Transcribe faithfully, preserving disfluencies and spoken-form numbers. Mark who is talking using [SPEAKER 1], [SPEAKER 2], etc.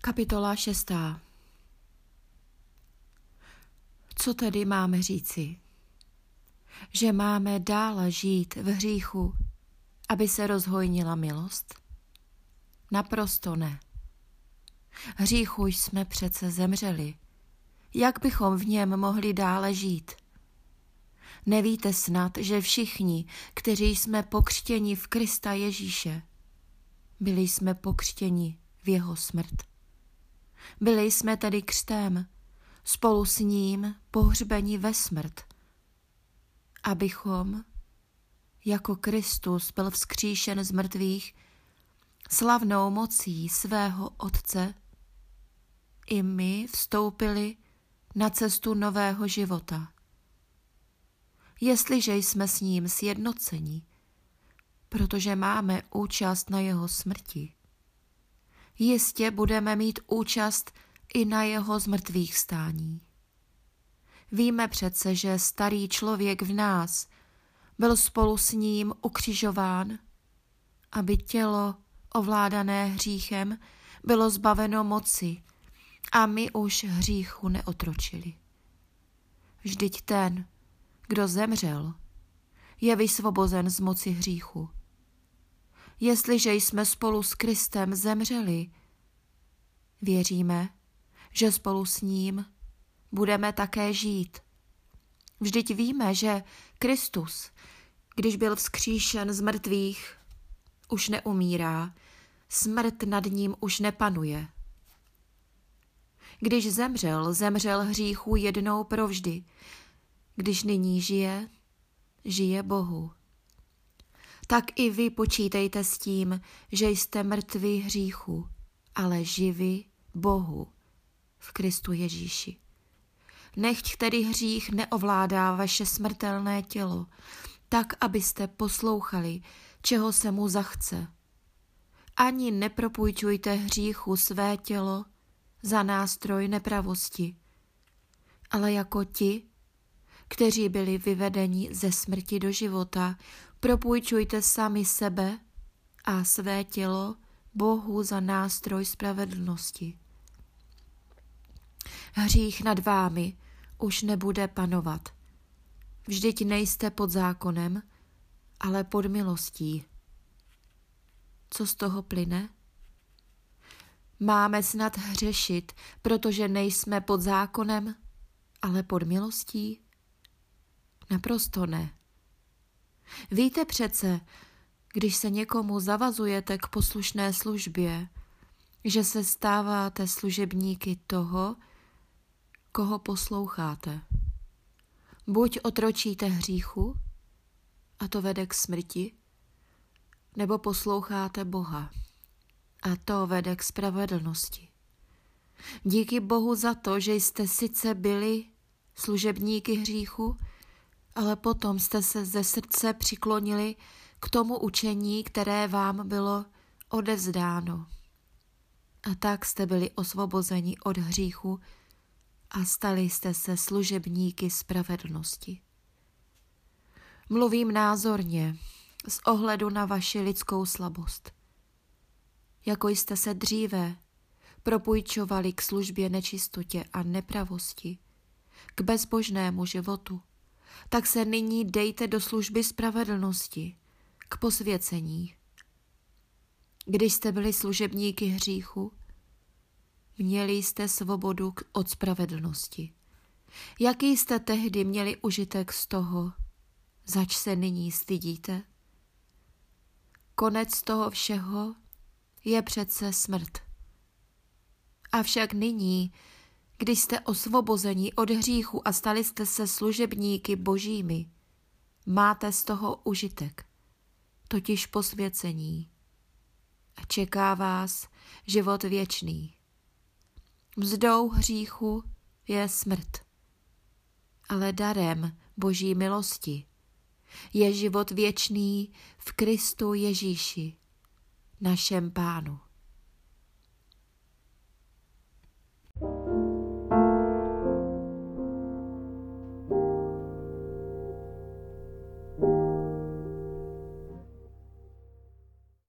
[SPEAKER 1] Kapitola šestá. Co tedy máme říci? Že máme dále žít v hříchu, aby se rozhojnila milost? Naprosto ne. Hříchu jsme přece zemřeli. Jak bychom v něm mohli dále žít? Nevíte snad, že všichni, kteří jsme pokřtěni v Krista Ježíše, byli jsme pokřtěni v jeho smrt. Byli jsme tedy křtem spolu s ním pohřbeni ve smrt, abychom, jako Kristus byl vzkříšen z mrtvých, slavnou mocí svého Otce, i my vstoupili na cestu nového života. Jestliže jsme s ním sjednoceni, protože máme účast na jeho smrti, jistě budeme mít účast i na jeho zmrtvých vstání. Víme přece, že starý člověk v nás byl spolu s ním ukřižován, aby tělo ovládané hříchem bylo zbaveno moci a my už hříchu neotročili. Vždyť ten, kdo zemřel, je vysvobozen z moci hříchu. Jestliže jsme spolu s Kristem zemřeli, věříme, že spolu s ním budeme také žít. Vždyť víme, že Kristus, když byl vzkříšen z mrtvých, už neumírá, smrt nad ním už nepanuje. Když zemřel, zemřel hříchu jednou provždy. Když nyní žije, žije Bohu. Tak i vy počítejte s tím, že jste mrtví hříchu, ale živi Bohu v Kristu Ježíši. Nechť tedy hřích neovládá vaše smrtelné tělo, tak, abyste poslouchali, čeho se mu zachce. Ani nepropůjčujte hříchu své tělo za nástroj nepravosti, ale jako ti, kteří byli vyvedeni ze smrti do života, propůjčujte sami sebe a své tělo Bohu za nástroj spravedlnosti. Hřích nad vámi už nebude panovat. Vždyť nejste pod zákonem, ale pod milostí. Co z toho plyne? Máme snad hřešit, protože nejsme pod zákonem, ale pod milostí? Naprosto ne. Víte přece, když se někomu zavazujete k poslušné službě, že se stáváte služebníky toho, koho posloucháte. Buď otročíte hříchu, a to vede k smrti, nebo posloucháte Boha, a to vede k spravedlnosti. Díky Bohu za to, že jste sice byli služebníky hříchu, ale potom jste se ze srdce přiklonili k tomu učení, které vám bylo odevzdáno. A tak jste byli osvobozeni od hříchu a stali jste se služebníky spravedlnosti. Mluvím názorně z ohledu na vaši lidskou slabost. Jako jste se dříve propůjčovali k službě nečistotě a nepravosti, k bezbožnému životu, tak se nyní dejte do služby spravedlnosti, k posvěcení. Když jste byli služebníky hříchu, měli jste svobodu od spravedlnosti. Jaký jste tehdy měli užitek z toho, zač se nyní stydíte? Konec toho všeho je přece smrt. Avšak nyní, když jste osvobozeni od hříchu a stali jste se služebníky božími, máte z toho užitek, totiž posvěcení. A čeká vás život věčný. Mzdou hříchu je smrt, ale darem boží milosti je život věčný v Kristu Ježíši, našem Pánu.